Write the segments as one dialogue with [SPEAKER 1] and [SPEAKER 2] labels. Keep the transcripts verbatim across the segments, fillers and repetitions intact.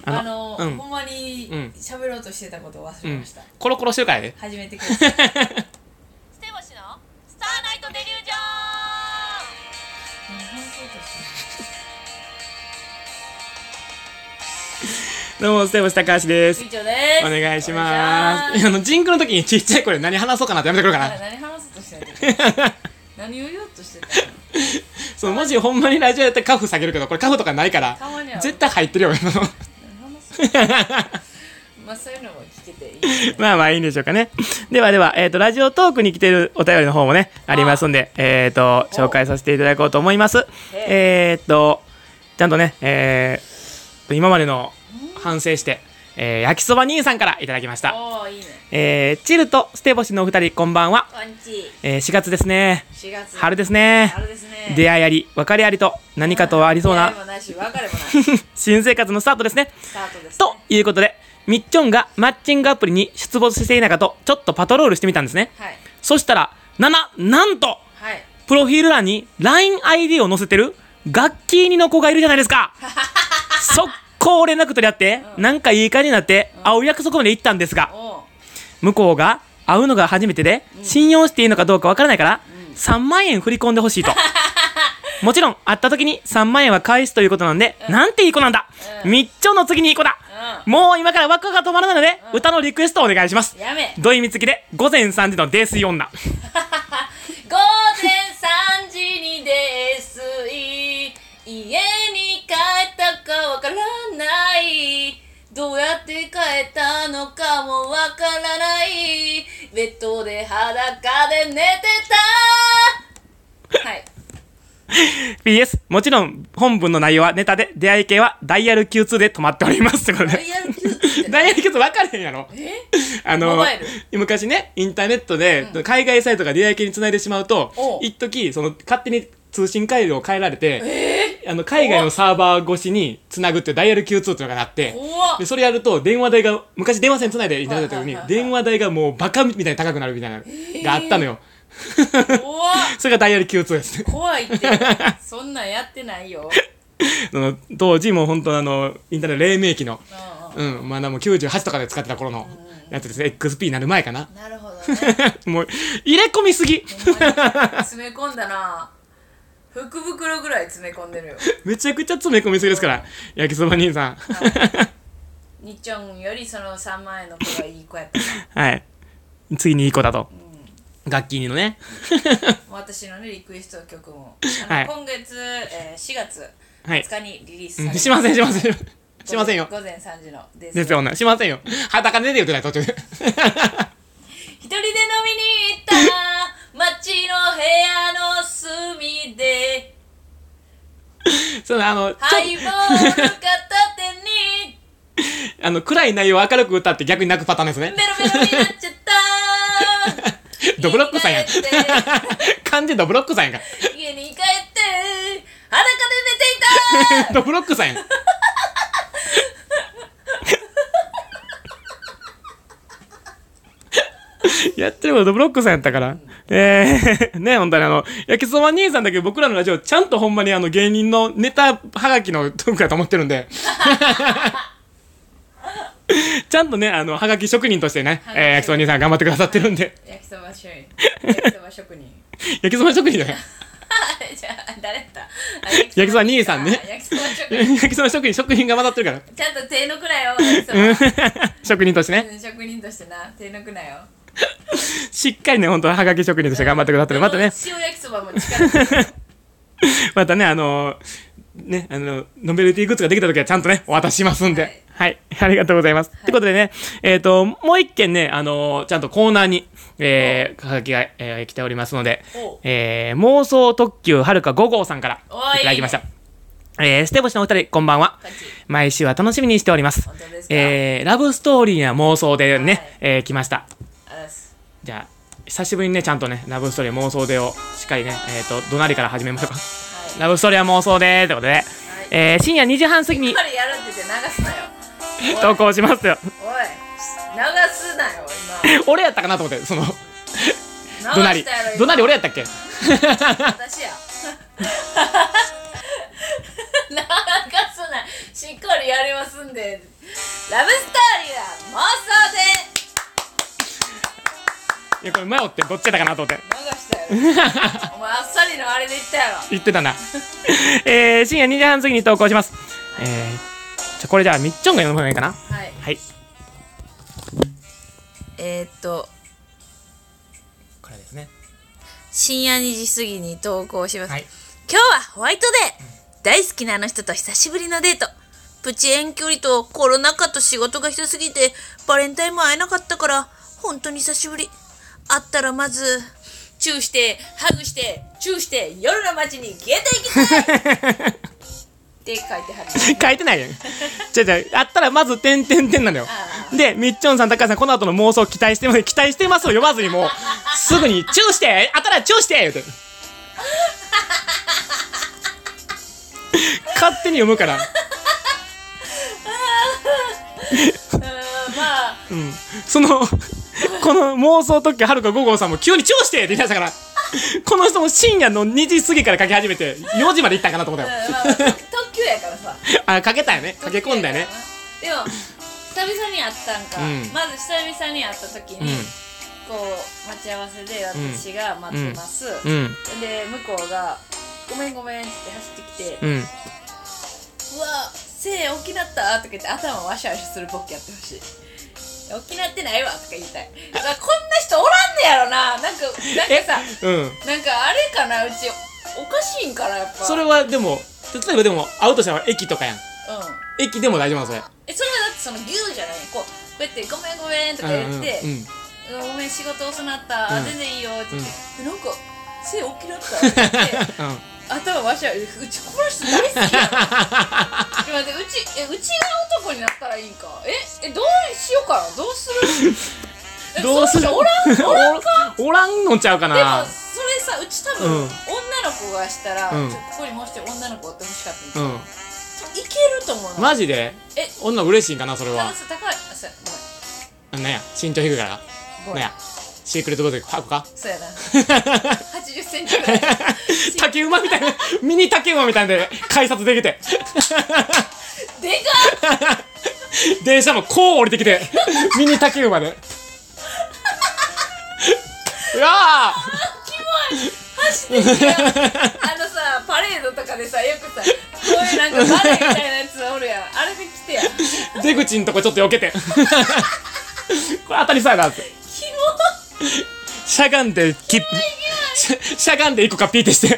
[SPEAKER 1] あの、
[SPEAKER 2] あの
[SPEAKER 1] うん、
[SPEAKER 2] ほんまに喋ろうとしてたことを忘れました、うん、
[SPEAKER 1] コロコロしてるからね。
[SPEAKER 2] 始めてくださいステボシのスターナイトデリュージョン。何話そうとして
[SPEAKER 1] どうもステボシ高橋です。
[SPEAKER 2] みちょです。
[SPEAKER 1] お願いします。あのジンクの時にちっちゃい声で何話そうかなってやめてくるかな。
[SPEAKER 2] 何話そうとしてた何を言おうとしてた
[SPEAKER 1] そのもしほんまにラジオやったらカフ下げるけど、これカフとかないから絶対入ってるよ今の
[SPEAKER 2] まあそういうのも聞けていいですね。
[SPEAKER 1] まあまあいいんでしょうかね。ではでは、えーと、ラジオトークに来てるお便りの方もねありますんで、えーと紹介させていただこうと思います。えーとちゃんとね、えー、今までの反省して、えー、焼きそば兄さんからいただきました。
[SPEAKER 2] おーいいね。
[SPEAKER 1] えー、チルとステボシのお二人こんばんは。
[SPEAKER 2] こんにち、
[SPEAKER 1] えー、しがつですね。
[SPEAKER 2] しがつ
[SPEAKER 1] 春ですね。
[SPEAKER 2] 春ですね。
[SPEAKER 1] 出会いあり別れありと何かとありそうな
[SPEAKER 2] 出会いもなし別れもなし
[SPEAKER 1] 新生活のスタートですね。
[SPEAKER 2] スタートですね。
[SPEAKER 1] ということでみっちょんがマッチングアプリに出没していないかとちょっとパトロールしてみたんですね。
[SPEAKER 2] はい。
[SPEAKER 1] そしたらなななんと
[SPEAKER 2] はい。
[SPEAKER 1] プロフィール欄に ラインアイディー を載せてるガッキーニの子がいるじゃないですか速攻連絡取り合って、うん、なんかいい感じになって、うん、会う約束まで行ったんですが、向こうが会うのが初めてで、うん、信用していいのかどうかわからないから、うん、さんまんえん振り込んでほしいともちろん会った時にさんまんえんは返すということなんで、うん、なんていい子なんだ、うん、みっちょんの次にいい子だ、うん、もう今からワクワクが止まらないので、うん、歌のリクエストをお願いします。
[SPEAKER 2] やめ
[SPEAKER 1] 土井光希で午前さんじの泥酔女
[SPEAKER 2] 午前さんじに泥酔、家に帰ったかわからない、どうやって帰ったのかもわからない、ベッドで裸で寝てたはい
[SPEAKER 1] ピーエス もちろん本文の内容はネタで、出会い系はダイヤル キューツー で止まっておりますってことで。
[SPEAKER 2] ダイヤル キューツー って
[SPEAKER 1] ダイヤル キューツー 分かれへんやろ。
[SPEAKER 2] え
[SPEAKER 1] あの昔ねインターネットで、うん、海外サイトが出会い系につないでしまうと一時その勝手に通信回路を変えられて、えー、あの海外のサーバー越しにつなぐっていうダイヤル キューツー っていうのがあって、でそれやると電話代が昔電話線つないでインターネットだったのに電話代がもうバカみたいに高くなるみたいなのがあったのよ。
[SPEAKER 2] 怖っ
[SPEAKER 1] それがダイヤル キューツー ですね。
[SPEAKER 2] 怖いってそんなんやってないよ
[SPEAKER 1] の当時もう本当あのインターネット黎明期のうんまだもうきゅうじゅうはちとかで使ってた頃のやつですね。 エックスピー になる前かな。
[SPEAKER 2] なるほどね
[SPEAKER 1] もう入れ込みすぎ
[SPEAKER 2] 詰め込んだな。福袋ぐらい詰め込んでるよ
[SPEAKER 1] めちゃくちゃ詰め込みすぎですから、うん、焼きそば兄さん
[SPEAKER 2] にっちょんよりそのさんまんえんの子がいい子やった
[SPEAKER 1] はい次にいい子だと、うん、ガッキーニのね
[SPEAKER 2] 私のねリクエスト曲も
[SPEAKER 1] はい、
[SPEAKER 2] 今月、えー、しがつはつかにリリースされます、
[SPEAKER 1] うん、しませんしませんしませんよ
[SPEAKER 2] 午前さんじの
[SPEAKER 1] ですですよね。しませんよ。裸で出て言ってない途中で
[SPEAKER 2] 一人で飲みに行った街の部屋の隅で
[SPEAKER 1] そのあの
[SPEAKER 2] ハイボール片手に
[SPEAKER 1] あの暗い内容を明るく歌って逆に泣くパターンですね。
[SPEAKER 2] ベロベロになっちゃった
[SPEAKER 1] ドブロックさんやん完全ドブロックさんやんか。
[SPEAKER 2] 家に帰って裸で寝ていた
[SPEAKER 1] ドブロックさんやんやってることドブロックさんやったから、うん、えー、ね本当にあの焼きそば兄さんだけど僕らのラジオちゃんとほんまにあの芸人のネタはがきのトークだと思ってるんでちゃんとねあのはがき職人としてね、えー、焼きそば兄さん頑張ってくださってるんで
[SPEAKER 2] 焼きそば職人焼きそば職人
[SPEAKER 1] 焼きそば職人じゃない
[SPEAKER 2] じゃあ誰だった
[SPEAKER 1] 焼きそば兄さんね。
[SPEAKER 2] 焼きそば職人
[SPEAKER 1] 焼きそば職人職人が混ざってるから
[SPEAKER 2] ちゃんと手抜くなよ焼きそば
[SPEAKER 1] 職人としてね
[SPEAKER 2] 職人としてな手抜くなよ
[SPEAKER 1] しっかりね本当はがき職人として頑張ってくださってる。またね
[SPEAKER 2] 塩焼きそばも力
[SPEAKER 1] またねあのー、ねあのノベルティグッズができた時はちゃんとねお渡ししますんで、はい、はい、ありがとうございます。と、はい、いうことでねえっ、ー、ともう一件ねあのー、ちゃんとコーナーにえー、はがきが、えー、来ておりますので、えー、妄想特急はるかご号さんからいただきました。えー、ステボシのお二人こんばんは。毎週は楽しみにしております。えー、ラブストーリーや妄想でね、はい、えー、来ました。じゃあ久しぶりにねちゃんとねラブストーリー妄想でをしっかりねえっ、ー、とどなりから始めましょうか、はい、ラブストーリーは妄想でーということで、はい、えー、深夜にじはん過ぎに投稿しますよ。
[SPEAKER 2] おい流すなよ今
[SPEAKER 1] 俺やったかなと思ってそのどなりどなり俺やったっけ
[SPEAKER 2] 私やなかすないしっかりやりますんで、ラブストーリーは妄想で
[SPEAKER 1] いやこれ迷ってどっちだかなと思って
[SPEAKER 2] 流したやろお前あっさりのあれで言ったやろ。
[SPEAKER 1] 言ってたなえー、深夜にじはん過ぎに投稿します。えー、じゃこれじゃあみっちょんが読む方がいいかな。
[SPEAKER 2] はい、
[SPEAKER 1] はい、
[SPEAKER 2] えー、っと
[SPEAKER 1] これですね。
[SPEAKER 2] 深夜にじ過ぎに投稿します、
[SPEAKER 1] はい、
[SPEAKER 2] 今日はホワイトデー、うん、大好きなあの人と久しぶりのデート。プチ遠距離とコロナ禍と仕事がひどすぎてバレンタインも会えなかったから本当に久しぶり。会ったらまずチューしてハグしてチューして夜の街に消えていきたいって書いてはる
[SPEAKER 1] 書いてないよじゃじゃあったらまず点点点なのよ。でみっちょんさん高橋さんこの後の妄想期待してます期待してますを読まずにもうすぐにチューしてあったらチューして言うて勝手に読むから
[SPEAKER 2] まあ
[SPEAKER 1] うんそのこの妄想特許はるかご号さんも急にチューしてって言い出したからこの人も深夜のにじ過ぎから書き始めてよじまで行ったんかなと思ったよ、
[SPEAKER 2] うんまあ、特急やからさ
[SPEAKER 1] あ書けたよね書け込んだよね。
[SPEAKER 2] でも久々に会ったんか、うん、まず久々に会った時に、うん、こう待ち合わせで私が待ってます、うんうん、で向こうがごめんごめんって走ってきて、うん、うわせい起きなったとか言って頭ワシャワシャするボケやってほしい。起きなってないわとか言いたい。こんな人おらんねやろな。なんかなんかさ、うん、なんかあれかな、うちおかしいんかなやっぱ。
[SPEAKER 1] それはでも例えばでも会うとしたら駅とかやん。うん。駅でも大丈夫なのそれ。
[SPEAKER 2] えそれはだってその牛じゃない。こうこうやってごめんごめんとか言って、うんうんうん、ごめん仕事遅なった、うん、全然いいよって言って、うん、なんかせい起きなったって言って。うん頭わしゃうちこの人大好きやんで待ってうちえうちが男になったらいいんかええどうしようかなどうする
[SPEAKER 1] どうする
[SPEAKER 2] おらんおらんか
[SPEAKER 1] おらんのちゃうかな。
[SPEAKER 2] でもそれさうち多分、うん、女の子がしたら、うん、ちょここにもう一人女の子って欲しかったんですよ、うん、いけると思うな。
[SPEAKER 1] マジでえ女嬉しいんかなそれは。
[SPEAKER 2] たださ高いあそう
[SPEAKER 1] ごめんなんや身長低いからなんやシークレットゴールド箱か
[SPEAKER 2] そうやなはちじゅっセンチぐらい
[SPEAKER 1] 竹馬みたいなミニ竹馬みたいなんで改札できて
[SPEAKER 2] でかっ
[SPEAKER 1] 電車もこう降りてきてミニ竹馬でうわー
[SPEAKER 2] キモい走ってきてあのさパレードとかでさよくさこういうなんかバレーみたいなやつおるやんあれで来てや
[SPEAKER 1] 出口んとこちょっと避けてこれ当たりそうやなって
[SPEAKER 2] キモ
[SPEAKER 1] しゃがんできし, しゃがんでいくかピーってして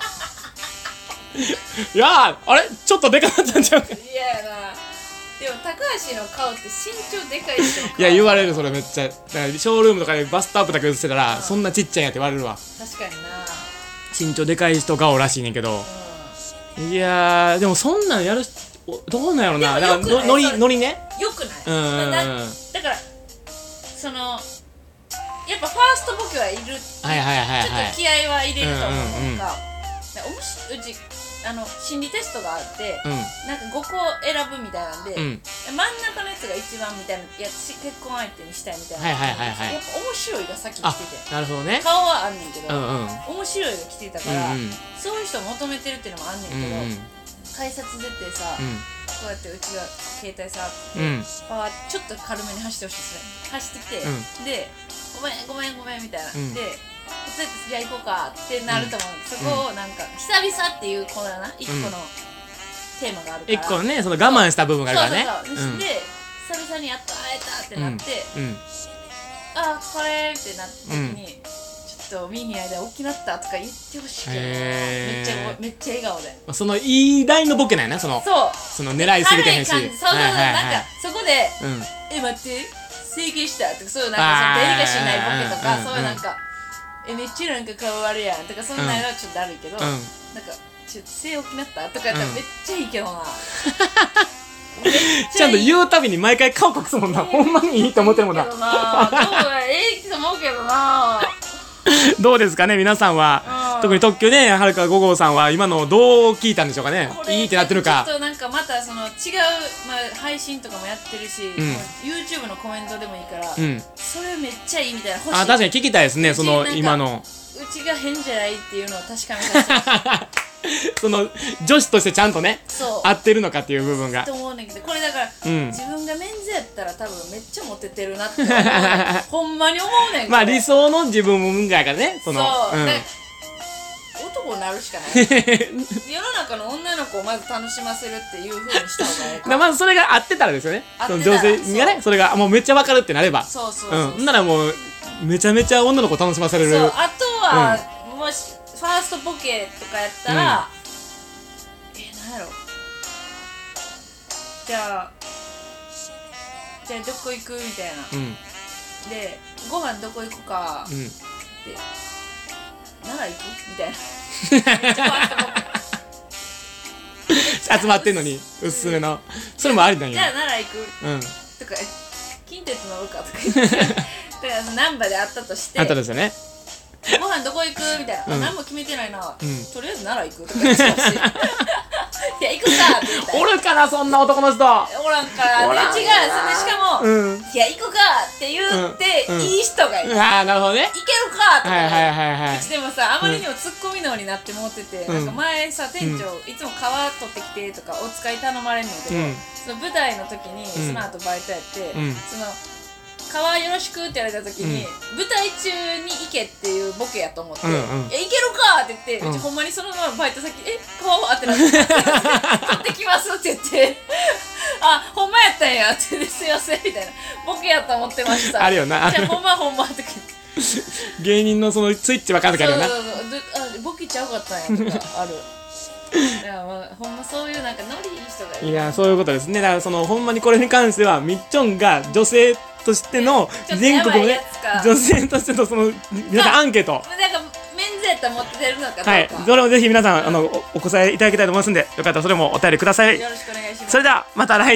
[SPEAKER 1] いやーあれちょっとでかかったんちゃうか。
[SPEAKER 2] いややな。でも高橋の顔って身長でかい人の顔。
[SPEAKER 1] いや言われるそれめっちゃだからショールームとかでバストアップだけ映ってたら、うん、そんなちっちゃいやって言われるわ。
[SPEAKER 2] 確かにな
[SPEAKER 1] 身長でかい人顔らしいねんけど、うん、いやーでもそんなんやるどうなんやろな。だからノリノリね
[SPEAKER 2] よくない、
[SPEAKER 1] うんうんうん、だ,
[SPEAKER 2] だからそのやっぱファーストボケはいる、
[SPEAKER 1] はいはいはいはい、
[SPEAKER 2] ちょっと気合は入れると思うのか、
[SPEAKER 1] うんうんうん、
[SPEAKER 2] うちあの心理テストがあって、うん、なんかごこ選ぶみたいなんで、うん、真ん中のやつが一番みたいなやつ結婚相手にしたいみたいな、
[SPEAKER 1] はいはいはいはい、
[SPEAKER 2] やっぱ面白いが先来てて、
[SPEAKER 1] なるほどね、
[SPEAKER 2] 顔はあんねんけど、
[SPEAKER 1] うんうん、
[SPEAKER 2] 面白いが来てたから、うんうん、そういう人求めてるっていうのもあんねんけど、うんうん、改札出てさ、うん、こうやってうちが携帯触って、うん、パワーちょっと軽めに走ってほしいですね。走ってきて、うん、でごめんごめんごめんみたいな、うん、でじゃあ行こうかってなると思う、うん、そこをなんか久々っていうこのな一個のテーマがあるから、
[SPEAKER 1] 一個のねその我慢した部分があるからね。
[SPEAKER 2] そうそうそう、うん、で久々にやっと会えたってなって、うんうん、あこれってなった時に、うん、ちょっと見に間大きなったとか言ってほしいけどめっちゃめっちゃ笑顔で、
[SPEAKER 1] そのいいラインのボケなんやな、その
[SPEAKER 2] そう
[SPEAKER 1] その狙いすぎてへんし、
[SPEAKER 2] そうそうそう、はいはいはい、なんかそこで、うん、え待って整形したとかそういうなんかそのデリカシーないボケとか、うん、そういうなんか、うん、えめっちゃなんか顔悪いやんとかそんなのはちょっとだるいけど、うん、なんかちょっと背大きなったとかやったらめっちゃいいけどな、うん、
[SPEAKER 1] ちゃんと言うたびに毎回顔隠すもんな、ほんまにいいと思ってるもんな。
[SPEAKER 2] どうだええと思うけどな
[SPEAKER 1] どうですかね皆さんは、うん、特に特急ねはるかご号さんは今のどう聞いたんでしょうかね。いいってなってるか、
[SPEAKER 2] ちょっとなんかまたその違う、まあ、配信とかもやってるし、うん、YouTube のコメントでもいいから、うん、それめっちゃいいみたいな欲しい。
[SPEAKER 1] あ確かに聞きたいですね、その今の
[SPEAKER 2] うちが変じゃないっていうのを確かめさせて
[SPEAKER 1] その女子としてちゃんとね
[SPEAKER 2] そう
[SPEAKER 1] 合ってるのかっていう部分が
[SPEAKER 2] と思うねんけど、これだから、
[SPEAKER 1] うん
[SPEAKER 2] 自分がメンズやったら多分めっちゃモテてるなって思うねんほんまに思うねんけど
[SPEAKER 1] まあ理想の自分がやからねその
[SPEAKER 2] そう、
[SPEAKER 1] ん
[SPEAKER 2] で男になるしかない世の中の女の子をまず楽しませるっていう風にした方がいいか
[SPEAKER 1] なまずそれが合ってたらですよねその
[SPEAKER 2] 合ってたら
[SPEAKER 1] 女性がねそれがもうめっちゃ分かるってなれば
[SPEAKER 2] そうそうそう
[SPEAKER 1] うんほんならもうめちゃめちゃ女の子楽しませれる
[SPEAKER 2] そうあとは、もしファーストボケとかやったら、えなんやろじゃあじゃあどこ行くみたいな、
[SPEAKER 1] うん
[SPEAKER 2] でご飯どこ行くか、
[SPEAKER 1] うん
[SPEAKER 2] で奈良行くみたいなめっちゃファーストボケ
[SPEAKER 1] 集まってんのにうっすめのそれもありなん
[SPEAKER 2] じゃあ
[SPEAKER 1] や
[SPEAKER 2] 奈良行く
[SPEAKER 1] うん
[SPEAKER 2] とかえ近鉄乗るかとか言ってだからその難波で会ったとして
[SPEAKER 1] あったですよね
[SPEAKER 2] ご飯どこ行くみたいな、
[SPEAKER 1] うん
[SPEAKER 2] あ何も決めてないな、
[SPEAKER 1] ん
[SPEAKER 2] とりあえず奈良行くとか言ってたしいや行くかって言ったら
[SPEAKER 1] おるかなそんな男の人
[SPEAKER 2] おらんから
[SPEAKER 1] おらん
[SPEAKER 2] で違うそれでしかも、
[SPEAKER 1] うん
[SPEAKER 2] いや行くかって言って、
[SPEAKER 1] うんうん
[SPEAKER 2] いい人がいる、
[SPEAKER 1] ああなるほどね
[SPEAKER 2] 行けるかとか、
[SPEAKER 1] はいはいはいはいう
[SPEAKER 2] ちでもさあまりにもツッコミのになって持ってて、
[SPEAKER 1] うん
[SPEAKER 2] なんか前さ店長、いつも皮取ってきてとかお使い頼まれんねんけど、
[SPEAKER 1] うん
[SPEAKER 2] その舞台の時に、その後バイトやって、
[SPEAKER 1] うん
[SPEAKER 2] その皮よろしくって言われた時に、舞台中に行けっていうボケやと思って「
[SPEAKER 1] うんうん
[SPEAKER 2] いや行けるか!」って言って、
[SPEAKER 1] うん
[SPEAKER 2] うちほんまにそのままバイト先「え皮は?」ってなって「取ってきます」って言って「あほんまやったんや」って言って「すいません」みたいなボケやと思ってました
[SPEAKER 1] あるよな
[SPEAKER 2] じゃあほんまほんまって言って
[SPEAKER 1] 芸人のそのスイッチ分かる時あるよな
[SPEAKER 2] そうそうそうであボケちゃうかったんやとかあるいや、まあ、ほんまそういうなんかノリいい人がいる
[SPEAKER 1] いやそういうことですねだからそのほんまにこれに関してはみっちょんが女性としての
[SPEAKER 2] ちょっと
[SPEAKER 1] 全国のね
[SPEAKER 2] やばいやつか
[SPEAKER 1] 女性としてのその皆さんアンケート
[SPEAKER 2] なんかメンズやったら持って出るのかどうか、
[SPEAKER 1] はいそれもぜひ皆さんあのおお答えいただきたいと思いますんでよかったらそれもお便りください
[SPEAKER 2] よろしくお願いします
[SPEAKER 1] それではまた来週